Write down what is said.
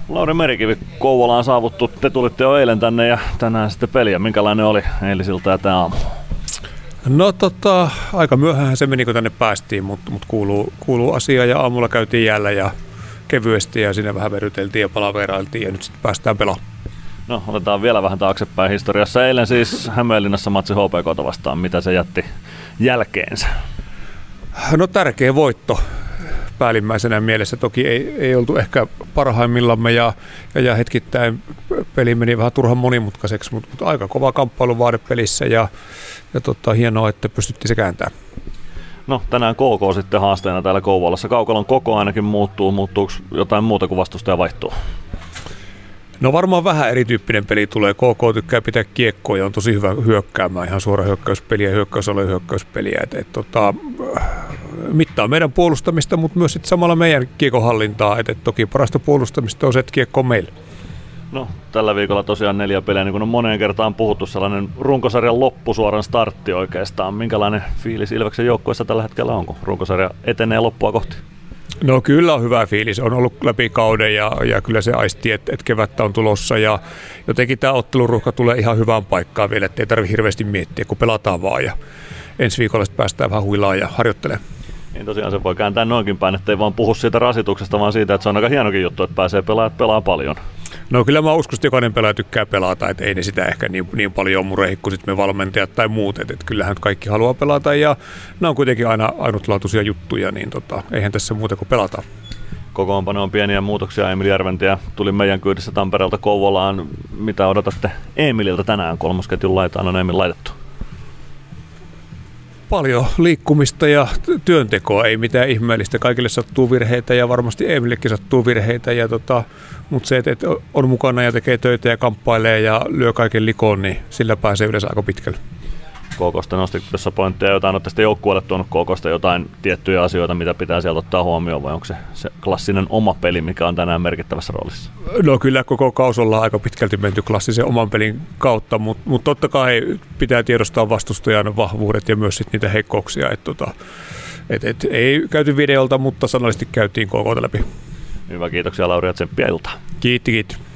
Lauri Merikivi, Kouvolaan saavuttu. Te tulitte jo eilen tänne ja tänään sitten peliä. Minkälainen oli eilisiltä ja tämä aamu? No aika myöhään se meni, kun tänne päästiin, mutta kuuluu asiaa ja aamulla käytiin jäällä ja kevyesti ja siinä vähän veryteltiin ja palaverailtiin ja nyt sitten päästään pelaamaan. No, otetaan vielä vähän taaksepäin historiassa. Eilen siis Hämeenlinnassa matsi HPK:ta vastaan. Mitä se jätti jälkeensä? No tärkeä voitto päällimmäisenä mielessä. Toki ei oltu ehkä parhaimmillamme ja hetkittäin peli meni vähän turhan monimutkaiseksi, mutta aika kova kamppailu vaadepelissä ja hienoa, että pystyttiin se kääntämään. No tänään KK sitten haasteena täällä Kouvolassa. Kaukalon koko ainakin muuttuu. Muuttuuko jotain muuta kuin vastustaja vaihtuu? No varmaan vähän erityyppinen peli tulee. KK tykkää pitää kiekkoa ja on tosi hyvä hyökkäämään. Ihan suora hyökkäyspeliä ja hyökkäysalueen hyökkäyspeliä. Mittaa meidän puolustamista, mutta myös samalla meidän kiekohallintaa. Toki parasta puolustamista on se, että kiekko on meillä. No, tällä viikolla tosiaan 4 peliä, niin kuin on moneen kertaan puhuttu, sellainen runkosarjan loppusuoran startti oikeastaan. Minkälainen fiilis Ilveksen joukkueessa tällä hetkellä on, kun runkosarja etenee loppua kohti? No kyllä on hyvä fiilis. On ollut läpi kauden ja kyllä se aisti, että kevättä on tulossa. Ja jotenkin tämä otteluruuhka tulee ihan hyvään paikkaan vielä, ettei tarvitse hirveästi miettiä, kun pelataan vaan. Ja ensi viikolla päästään vähän huilaan ja harjoittelemaan. Niin tosiaan se voi kääntää noinkin päin, ettei vaan puhu siitä rasituksesta, vaan siitä, että se on aika hienokin juttu, että pääsee pelaa paljon. No kyllä mä uskon, että jokainen pelaaja tykkää pelata, että ei ne sitä ehkä niin paljon murehi kuin me valmentajat tai muut. Että kyllähän kaikki haluaa pelata ja nämä on kuitenkin aina ainutlaatuisia juttuja, niin eihän tässä muuta kuin pelata. Kokoonpano on pieniä muutoksia. Emil Järventie tuli meidän kyydissä Tampereelta Kouvolaan. Mitä odotatte Emililtä tänään? Kolmosketjun laitaan on Emil laitettu. Paljon liikkumista ja työntekoa, ei mitään ihmeellistä. Kaikille sattuu virheitä ja varmasti Emillekin sattuu virheitä. Mutta se, että on mukana ja tekee töitä ja kamppailee ja lyö kaiken likoon, niin sillä pääsee yleensä aika pitkälle. KK:sta nosti tuossa pointteja jotain, olette sitten joukkueelle tuonut KK:sta jotain tiettyjä asioita, mitä pitää sieltä ottaa huomioon, vai onko se klassinen oma peli, mikä on tänään merkittävässä roolissa? No kyllä koko kausi ollaan aika pitkälti menty klassisen oman pelin kautta, mutta totta kai pitää tiedostaa vastustajan vahvuudet ja myös sit niitä heikkouksia. Ei käyty videolta, mutta sanallisesti käytiin KK:ta läpi. Hyvä, kiitoksia Lauri ja tsemppiä iltaa. Kiitti.